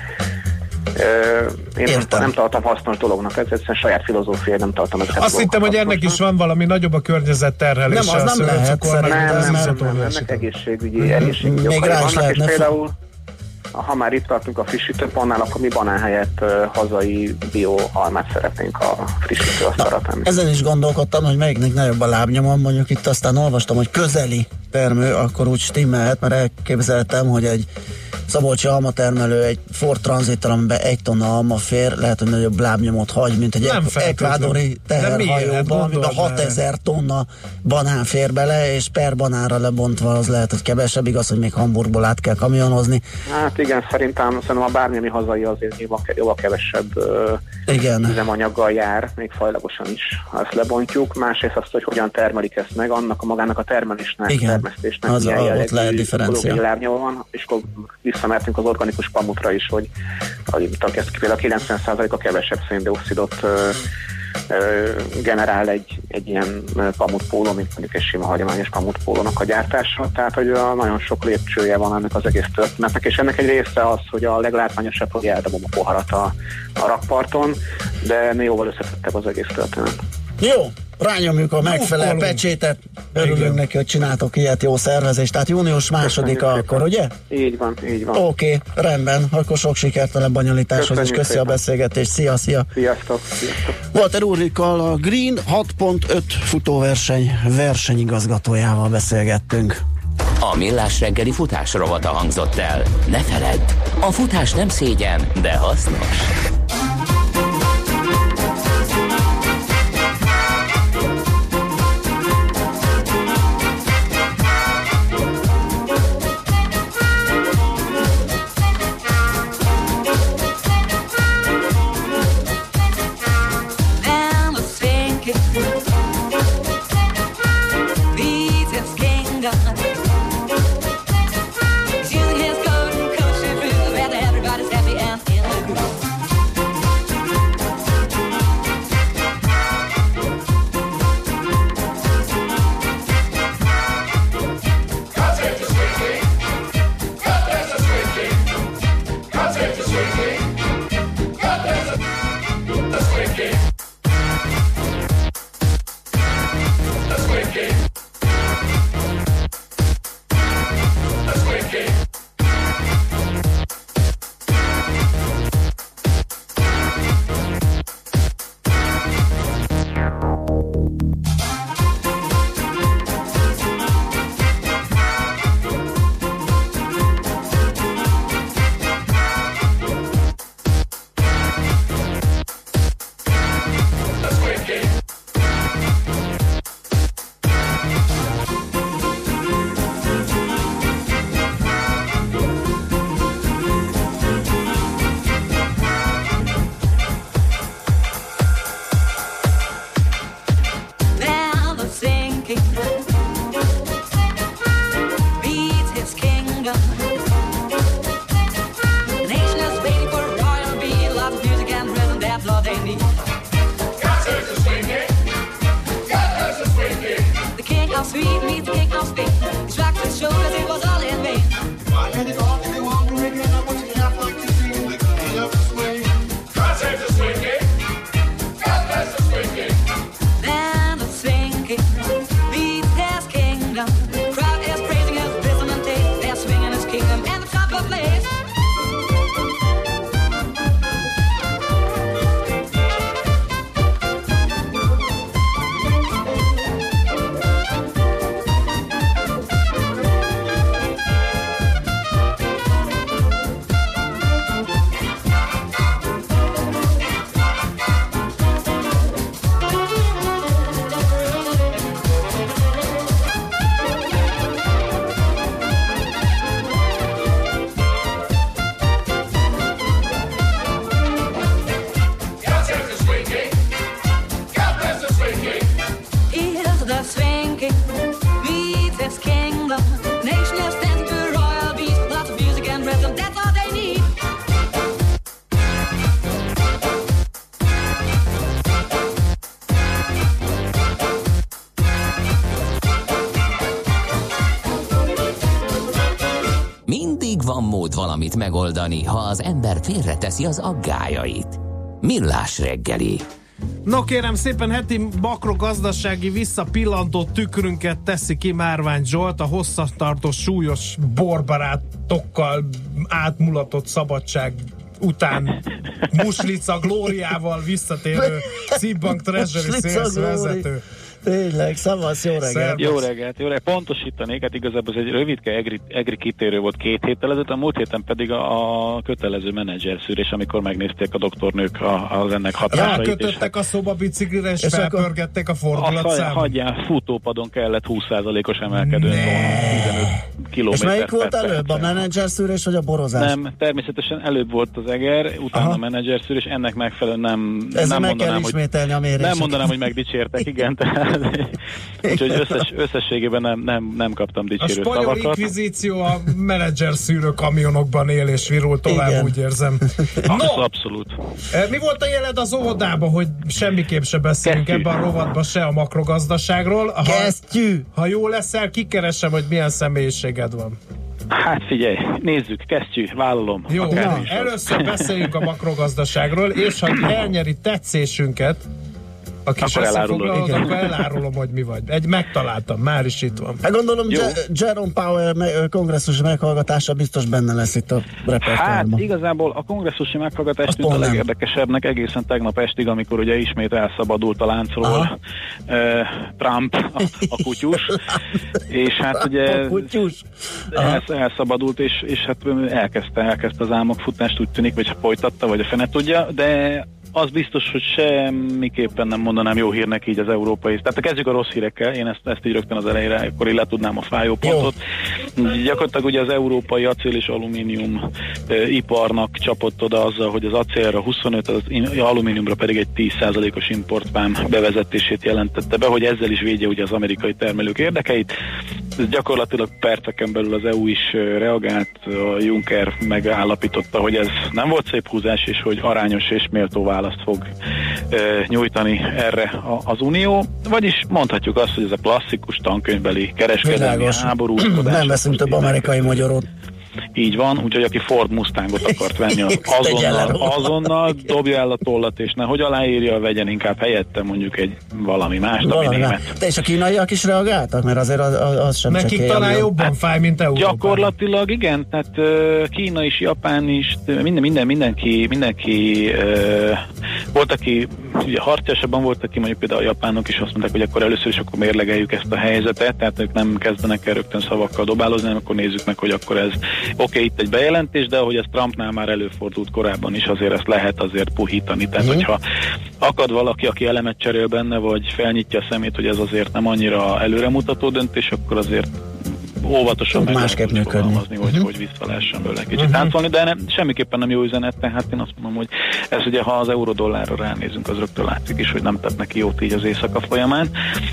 Én Értem. nem tartom hasznos dolognak, ez egyszerűen saját filozófia, nem tartom ezeket. Azt hittem, hogy ennek is van valami nagyobb a környezetterhelése. Nem, az nem lehet. Nem, nem, nem, nem, ennek egészségügyi, mm-hmm. egészségügyi okai vannak, és például ha már itt tartunk a frissítőpannál, akkor mi banán helyett uh, hazai bio almát szeretnénk a frissítőasztalra tenni. Ezen is gondolkodtam, hogy melyiknek nagyobb a lábnyomom, mondjuk itt aztán olvastam, hogy közeli termő, akkor úgy stimmelhet, mert elképzeltem, hogy egy szabolcsi almatermelő egy Ford Transit, amiben egy tonna alma fér, lehet, hogy nagyobb lábnyomot hagy, mint egy ekvádori teherhajóban, amiben hatezer tonna banán fér bele, és per banánra lebontva az lehet, hogy kevesebb, igaz, hogy még Hamburgból át kell kamionozni. Hát igen, szerintem, szerintem a bármilyen hazai azért jóval kevesebb uh, üzemanyaggal jár, még fajlagosan is, ha ezt lebontjuk. Másrészt azt, hogy hogyan termelik ezt meg, annak a magának a termelésnek, igen, termesztésnek az a, ott lehet differencia. Lábnyoma van, és akkor visszamertünk az organikus pamutra is, hogy ezt például a kilencven százalék a kevesebb széndioxidot uh, uh, generál egy, egy ilyen pamutpóló, mint mondjuk egy sima hagyományos pamutpólónak a gyártása. Tehát, hogy a, nagyon sok lépcsője van ennek az egész történetnek, és ennek egy része az, hogy a leglátványosabb, hogy eldobom a poharat a, a rakparton, de jóval összetettebb az egész történet. Jó, rányomjuk a megfelelő pecsétet. Örülünk neki, hogy csináltok ilyet, jó szervezést. Tehát június másodika akkor, ugye? Így van, így van. Oké, okay, rendben. Akkor sok sikert a bonyolításhoz, és köszi a beszélgetést. Szia, szia! Sziasztok, sziasztok! Walter Ulrikkal, a Green hat pont öt futóverseny versenyigazgatójával beszélgettünk. A Millás reggeli futás rovata hangzott el. Ne feledd, a futás nem szégyen, de hasznos. Van mód valamit megoldani, ha az ember félreteszi az aggályait. Millás reggeli. No kérem szépen, heti makrogazdasági visszapillantó tükrünket teszi ki Márvány Zsolt, a hosszantartó súlyos borbarátokkal átmulatott szabadság után Muslica glóriával visszatérő Szibbank Treasury Sales vezető. Tényleg, szavasz, jó reggelt! Jó reggelt, jó reggelt. Pontosítanék, hát igazából ez egy rövidke egri, egri kitérő volt két héttel ezelőtt, a múlt héten pedig a, a kötelező menedzser szűrés, amikor megnézték a doktornők a, az ennek hatásait. Rákötöttek a szobabiциklire, és, és felpörgették a fordulatszámot. Hagyján, futópadon kellett húsz százalékos emelkedőn tizenöt kilométer. És melyik volt előbb, a menedzser szűrés, vagy a borozás? Nem, természetesen előbb volt az eger, utána Aha. a menedzser szűrés, ennek megfelelően nem, nem mondanám, hogy, nem mondanám, hogy megdicsértek, igen, tehát úgyhogy összes, összességében nem, nem, nem kaptam dicsérő szavakat. A spanyol inkvizíció a menedzser szűrő kamionokban él és virul tovább, igen. Úgy érzem. No, abszolút. Mi volt a jeled az óvodában, hogy semmiképp se beszélünk Kesztyű. Ebben a rovatban se a makrogazdaságról? Ha, Kesztyű! Ha jó leszel, kikeresem, hogy milyen személyiséged van. Hát figyelj, nézzük, kesztyű, vállalom. Jó, na, először beszéljünk a makrogazdaságról, és ha elnyeri tetszésünket, A kis összefoglalót, akkor elárulom, hogy mi vagy. Egy megtaláltam, már is itt van. Hát gondolom, J- Jerome Powell me- kongresszusi meghallgatása biztos benne lesz itt a repertoárban. Hát igazából a kongresszusi meghallgatás tűnt a legérdekesebbnek egészen tegnap estig, amikor ugye ismét elszabadult a láncról uh, Trump, a, a kutyus. És hát ugye el, elszabadult, és, és hát elkezdte, elkezdte az álmokfutást, úgy tűnik, vagy folytatta, vagy a fene tudja, de az biztos, hogy semmiképpen nem mondanám jó hírnek így az európai. Tehát kezdjük a rossz hírekkel, én ezt, ezt így rögtön az elejére, akkor így le tudnám a fájó pontot. Jó. Gyakorlatilag ugye az európai acél és alumínium e, iparnak csapott oda azzal, hogy az acélra huszonöt, az alumíniumra pedig egy tíz százalékos importpám bevezetését jelentette be, hogy ezzel is védje ugye az amerikai termelők érdekeit. Gyakorlatilag perceken belül az é u is reagált, a Juncker megállapította, hogy ez nem volt szép húzás, és hogy arányos és méltó választ fog e, nyújtani erre a, az Unió. Vagyis mondhatjuk azt, hogy ez a klasszikus tankönyvbeli kereskedelmi háború. Nem veszünk több amerikai magyarot. Így van, úgyhogy aki Ford Mustangot akart venni, az azonnal, azonnal dobja el a tollat, és nehogy aláírja, vegyen inkább helyette mondjuk egy valami más, ami német. De és a kínaiak is reagáltak? Mert azért az, az sem nekik csak talán jobban hát, fáj, mint Európában. Gyakorlatilag igen, tehát uh, Kína is, Japán is, minden, minden, mindenki, mindenki uh, volt, aki ugye harciasabban volt, aki mondjuk például a japánok is azt mondták, hogy akkor először is akkor mérlegeljük ezt a helyzetet, tehát ők nem kezdenek el rögtön szavakkal dobálozni, hanem akkor nézzük meg, hogy akkor ez oké, okay, itt egy bejelentés, de ahogy ez Trumpnál már előfordult korábban is, azért ezt lehet azért puhítani. Tehát, mm-hmm. hogyha akad valaki, aki elemet cserél benne, vagy felnyitja a szemét, hogy ez azért nem annyira előremutató döntés, akkor azért óvatosan meg másképp fogalmazni, hogy, uh-huh. hogy vissza lehessen bőle kicsit uh-huh. táncolni, de nem, semmiképpen nem jó üzenet, tehát én azt mondom, hogy ez ugye, ha az euró-dollárra ránézünk, az rögtön látszik is, hogy nem tett neki jót így az éjszaka folyamán.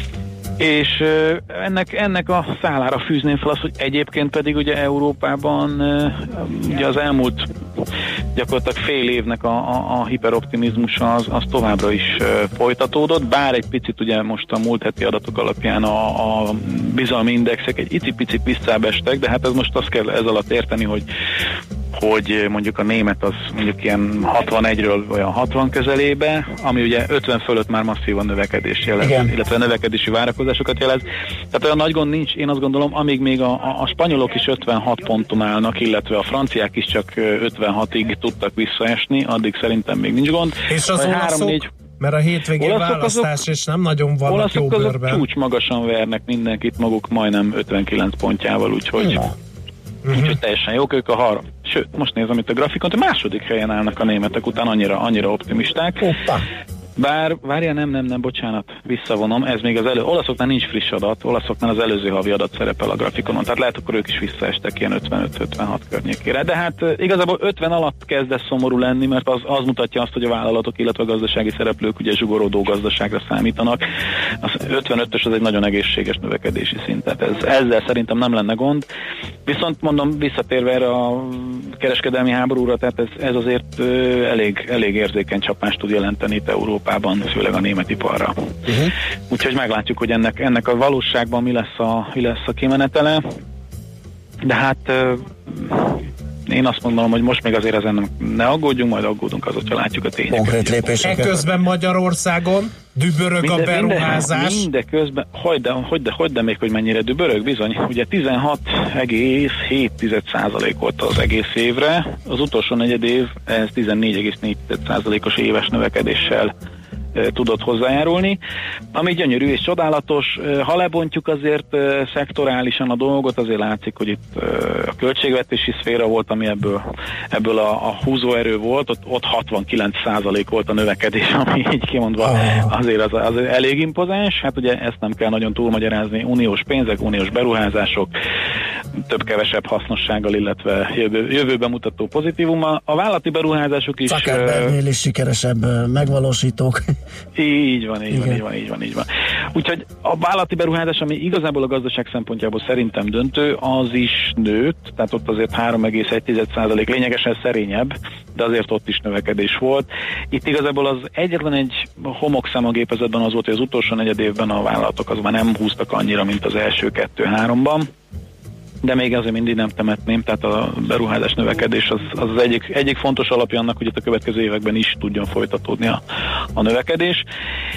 És ennek, ennek a szálára fűzném fel azt, hogy egyébként pedig ugye Európában ugye az elmúlt gyakorlatilag fél évnek a, a, a hiperoptimizmusa az, az továbbra is folytatódott, bár egy picit ugye most a múlt heti adatok alapján a, a bizalmi indexek egy icipicit visszábestek, de hát ez most azt kell ez alatt érteni, hogy hogy mondjuk a német az mondjuk ilyen hatvanegyről olyan hatvan közelébe, ami ugye ötven fölött már masszívan növekedés jelez, igen. illetve növekedési várakozásokat jelez. Tehát olyan nagy gond nincs, én azt gondolom, amíg még a, a, a spanyolok is ötvenhat ponton állnak, illetve a franciák is csak ötvenhatig tudtak visszaesni, addig szerintem még nincs gond. És az olaszok? négy Mert a hétvégén választás, azok, és nem nagyon vannak jó bőrben. Olaszok csúcs magasan vernek mindenkit maguk majdnem ötvenkilenc pontjával, úgyhogy... Ja. Uh-huh. Úgyhogy teljesen jók ők a har. Sőt, most nézem itt a grafikont, a második helyen állnak a németek után, annyira, annyira optimisták. Hoppa. Bár, várja, nem, nem, nem, bocsánat, visszavonom, ez még az elő, olaszoknál nincs friss adat, olaszoknál az előző havi adat szerepel a grafikonon, tehát lehet, akkor ők is visszaestek ilyen ötvenöt ötvenhat környékére, de hát igazából ötven alatt kezd ez szomorú lenni, mert az, az mutatja azt, hogy a vállalatok, illetve a gazdasági szereplők ugye zsugorodó gazdaságra számítanak. Az ötvenötös az egy nagyon egészséges növekedési szint, tehát ez, ezzel szerintem nem lenne gond. Viszont mondom, visszatérve erre a kereskedelmi háborúra, tehát ez, ez azért ö, elég, elég érzékeny csapást tud jelenteni itt Európában, főleg a német iparra. Uh-huh. Úgyhogy meglátjuk, hogy ennek, ennek a valóságban mi lesz a, mi lesz a kimenetele. De hát ö, én azt mondom, hogy most még azért ezen ne aggódjunk, majd aggódunk az, hogyha látjuk a tényeket. Konkrét lépéseket. Ekközben Magyarországon dübörög minden, a beruházás. Mindeközben, hogy de, hogy, de, hogy de még, hogy mennyire dübörög, bizony. Ugye tizenhat egész hét százalék volt az egész évre, az utolsó negyed év ez tizennégy egész négy százalékos éves növekedéssel tudott hozzájárulni, ami gyönyörű és csodálatos. Ha lebontjuk azért szektorálisan a dolgot, azért látszik, hogy itt a költségvetési szféra volt, ami ebből, ebből a, a húzóerő volt, ott, ott hatvankilenc százalék volt a növekedés, ami így kimondva azért az, az elég impozáns. Hát ugye ezt nem kell nagyon túlmagyarázni, uniós pénzek, uniós beruházások, több-kevesebb hasznossággal, illetve jövő, jövőben mutató pozitívuma. A vállalati beruházások is... Zuckerbergnél is sikeresebb megvalósítók. Így van, így van, így van, így van, így van. Úgyhogy a vállalati beruházás, ami igazából a gazdaság szempontjából szerintem döntő, az is nőtt, tehát ott azért három egész egy százalék lényegesen szerényebb, de azért ott is növekedés volt. Itt igazából az egyetlen egy homokszám a gépezetben az volt, hogy az utolsó negyed évben a vállalatok azonban nem húztak annyira, mint az első kettő-háromban. De még azért mindig nem temetném, tehát a beruházás növekedés az, az, az egyik, egyik fontos alapja annak, hogy itt a következő években is tudjon folytatódni a, a növekedés.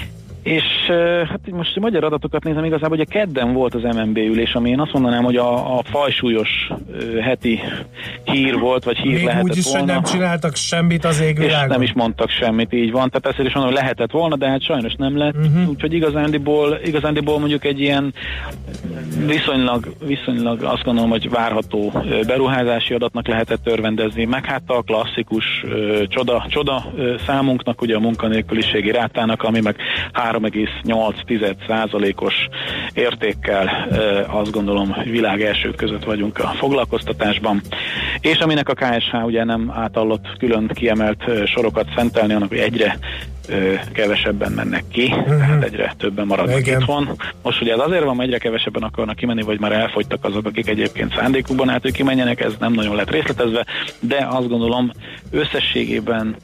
És hát most a magyar adatokat nézem, igazából ugye kedden volt az em en bé ülés, ami én azt mondanám, hogy a, a fajsúlyos uh, heti hír volt, vagy hír még lehetett úgy is, volna. hogy nem csináltak semmit az égvilágon. És nem is mondtak semmit, így van. Tehát ezért is mondom, hogy lehetett volna, de hát sajnos nem lett. Uh-huh. Úgyhogy igazándiból, igazándiból mondjuk egy ilyen viszonylag, viszonylag azt gondolom, hogy várható beruházási adatnak lehetett örvendezni, meg hát a klasszikus uh, csoda, csoda uh, számunknak, ugye a munkanélküliségi rátának, ami meg három egész nyolc százalékos értékkel uh, azt gondolom, világ elsők között vagyunk a foglalkoztatásban, és aminek a ká es há ugye nem átallott külön kiemelt uh, sorokat szentelni, annak, hogy egyre uh, kevesebben mennek ki, uh-huh. tehát egyre többen maradnak Igen. itthon. Most ugye ez azért van, mert egyre kevesebben akarnak kimenni, vagy már elfogytak azok, akik egyébként szándékukban állt, hogy kimenjenek, ez nem nagyon lett részletezve, de azt gondolom összességében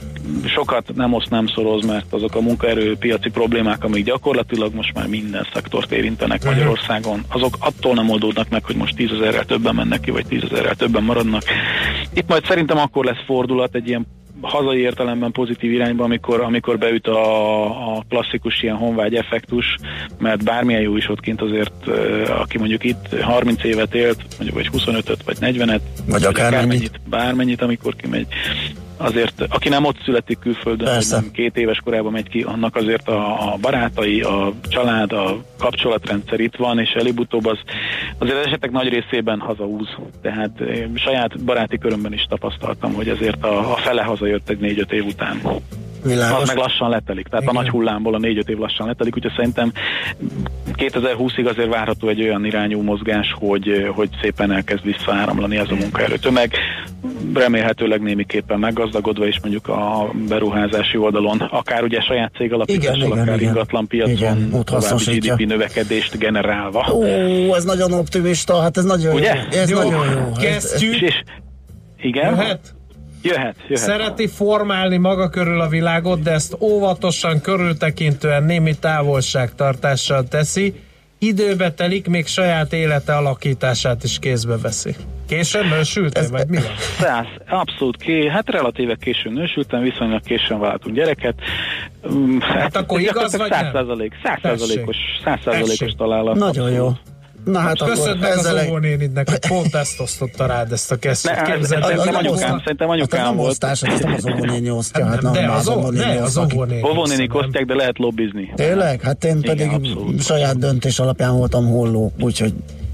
sokat nem oszt, nem szoroz, mert azok a munkaerőpiaci problémák, amik gyakorlatilag most már minden szektort érintenek uh-huh. Magyarországon, azok attól nem oldódnak meg, hogy most tízezerrel többen mennek ki, vagy tízezerrel többen maradnak. Itt majd szerintem akkor lesz fordulat egy ilyen hazai értelemben pozitív irányba, amikor, amikor beüt a, a klasszikus ilyen honvágy effektus, mert bármilyen jó is ott kint azért, aki mondjuk itt harminc évet élt, mondjuk vagy huszonötöt, vagy negyvenet, vagy akármennyit, bármennyit, amikor kimegy, azért, aki nem ott születik külföldön, nem két éves korában megy ki, annak azért a, a barátai, a család, a kapcsolatrendszer itt van, és előbb-utóbb az azért az esetek nagy részében hazahúz. Tehát saját baráti körömben is tapasztaltam, hogy azért a, a fele hazajött egy négy-öt év után. Világos. Az meg lassan letelik, tehát igen. A nagy hullámból a négy-öt év lassan letelik, úgyhogy szerintem kétezer-húszig azért várható egy olyan irányú mozgás, hogy, hogy szépen elkezd visszaáramlani ez a munkaerőtömeg, remélhetőleg némiképpen meggazdagodva is mondjuk a beruházási oldalon, akár ugye saját cég alapítással, akár igen, ingatlan piacon további gé dé pé növekedést generálva. Ó, ez nagyon optimista, hát ez nagyon ugye? jó. Ez jó. nagyon jó. Kezdjük. És, és, igen? Jöhet? Jöhet, jöhet. Szereti formálni maga körül a világot, de ezt óvatosan, körültekintően, némi távolságtartással teszi. Időbe telik, még saját élete alakítását is kézbe veszi. Későn nősültél, ez vagy mi van? Száz, abszolút ké, hát relatíve későn nősültem, viszonylag későn váltunk gyereket. Hát, hát akkor igaz vagy száz százalék, száz százalékos, száz százalékos találat. Nagyon jó. Na hát köszönöm meg az óvónénidnek, hogy pont ezt osztotta rád, ezt a kesztyűt. Szerintem anyukám, szerintem anyukám volt. Ez nem az óvónéni osztja, hát de az óvónéni. Óvónénik osztják, de lehet lobbizni. Tényleg? Hát én pedig saját döntés alapján voltam holló, úgyhogy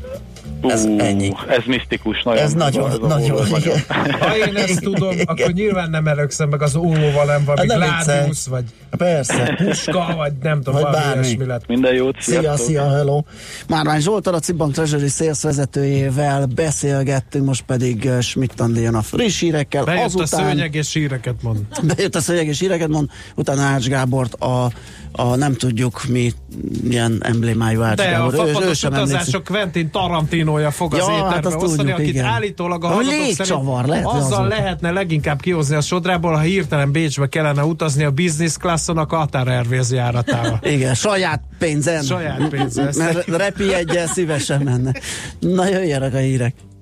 ez uh, ennyi. Ez misztikus. Nagyon ez nagyon, nagyon. nagyon. Ha én ezt tudom, igen. Akkor nyilván nem erőkszem meg az óvóval, nem valami gládiusz, vagy persze. puska, vagy nem tudom, vagy valami ilyesmi lett. Minden jót, szia, szia, hello. Márvány Zsoltal, a Cibbank Treasury Sales vezetőjével beszélgettünk, most pedig Schmidt Andi jön a friss hírekkel. Bejött azután, a szőnyeges híreket mond. Bejött a szőnyeges híreket mond, utána Ács Gábort a, a nem tudjuk mi milyen emblémájú Ács de Gábor. De a fapados utazások Quentin Tarantinója fog ja, az éterbe hát osztani, tudjuk, akit igen. Állítólag a hallgatók szerint lehet, azzal lehetne leginkább kihozni a sodrából, ha hirtelen Bécsbe kellene utazni a business classon a Qatar Airways járatával. Igen, saját pénzen. Saját pénzen. Mert repijeggyel szívesen menne. Na jöjjenek a hírek.